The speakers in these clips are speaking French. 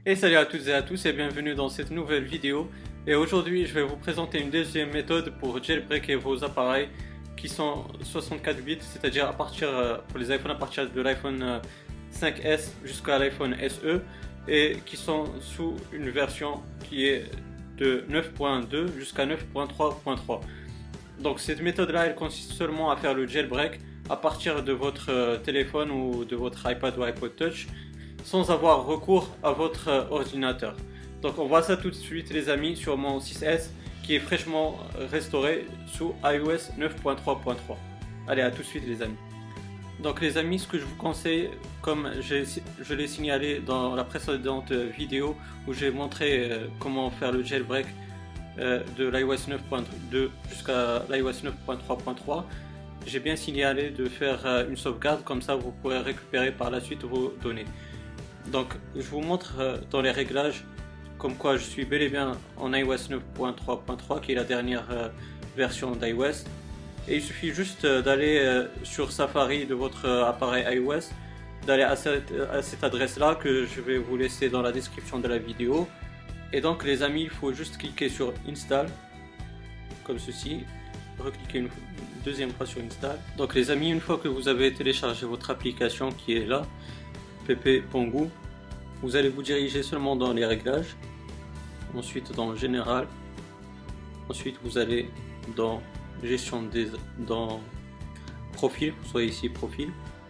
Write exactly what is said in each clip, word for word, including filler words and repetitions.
Et salut à toutes et à tous et bienvenue dans cette nouvelle vidéo. Et aujourd'hui je vais vous présenter une deuxième méthode pour jailbreaker vos appareils qui sont soixante-quatre bits, c'est-à-dire à partir pour les iPhones à partir de l'iPhone cinq S jusqu'à l'iPhone S E et qui sont sous une version qui est de neuf point deux jusqu'à neuf point trois point trois. Donc cette méthode là elle consiste seulement à faire le jailbreak à partir de votre téléphone ou de votre iPad ou iPod Touch sans avoir recours à votre ordinateur. Donc on voit ça tout de suite les amis sur mon six S qui est fraîchement restauré sous iOS neuf point trois point trois. Allez, à tout de suite les amis. Donc les amis, ce que je vous conseille, comme je l'ai signalé dans la précédente vidéo où j'ai montré comment faire le jailbreak de l'iOS neuf point deux jusqu'à l'iOS neuf point trois point trois, j'ai bien signalé de faire une sauvegarde, comme ça vous pourrez récupérer par la suite vos données. Donc je vous montre dans les réglages comme quoi je suis bel et bien en iOS neuf point trois point trois qui est la dernière version d'iOS, et il suffit juste d'aller sur Safari de votre appareil iOS, d'aller à cette, à cette adresse là que je vais vous laisser dans la description de la vidéo. Et donc les amis, il faut juste cliquer sur Install comme ceci, recliquer une deuxième fois sur Install. Donc les amis, une fois que vous avez téléchargé votre application qui est là, Pepe Pongu, vous allez vous diriger seulement dans les réglages, ensuite dans Général, ensuite vous allez dans Gestion des, dans Profil, vous soyez ici Profil,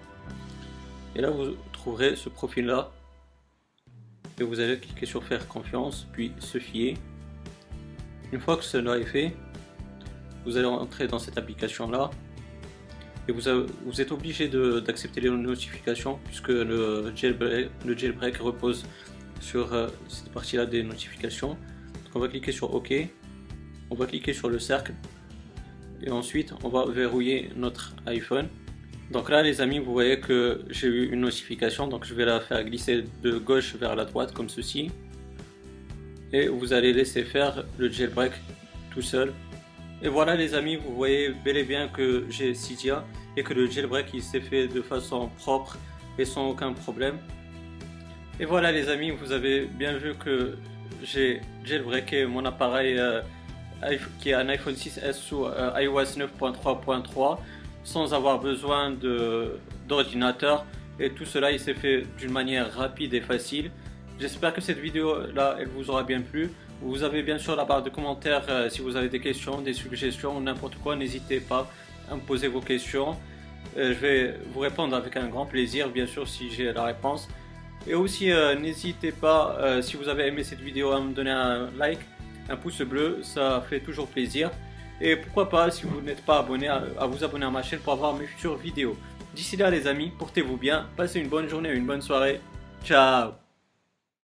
et là vous trouverez ce profil là, et vous allez cliquer sur Faire confiance, puis Se fier. Une fois que cela est fait, vous allez entrer dans cette application là, et vous, avez, vous êtes obligé d'accepter les notifications puisque le jailbreak, le jailbreak repose sur euh, cette partie là des notifications. Donc on va cliquer sur OK, on va cliquer sur le cercle et ensuite on va verrouiller notre iPhone. Donc là les amis, vous voyez que j'ai eu une notification, donc je vais la faire glisser de gauche vers la droite comme ceci, et vous allez laisser faire le jailbreak tout seul. Et voilà les amis, vous voyez bel et bien que j'ai Cydia et que le jailbreak il s'est fait de façon propre et sans aucun problème. Et voilà les amis, vous avez bien vu que j'ai jailbreaké mon appareil euh, qui est un iPhone six S sous euh, iOS neuf point trois point trois sans avoir besoin d'ordinateur, et tout cela il s'est fait d'une manière rapide et facile. J'espère que cette vidéo là elle vous aura bien plu. Vous avez bien sûr la barre de commentaires, euh, si vous avez des questions, des suggestions, n'importe quoi, n'hésitez pas à me poser vos questions. Euh, je vais vous répondre avec un grand plaisir, bien sûr, si j'ai la réponse. Et aussi, euh, n'hésitez pas, euh, si vous avez aimé cette vidéo, à me donner un like, un pouce bleu, ça fait toujours plaisir. Et pourquoi pas, si vous n'êtes pas abonné, à, à vous abonner à ma chaîne pour avoir mes futures vidéos. D'ici là les amis, portez-vous bien, passez une bonne journée, une bonne soirée. Ciao!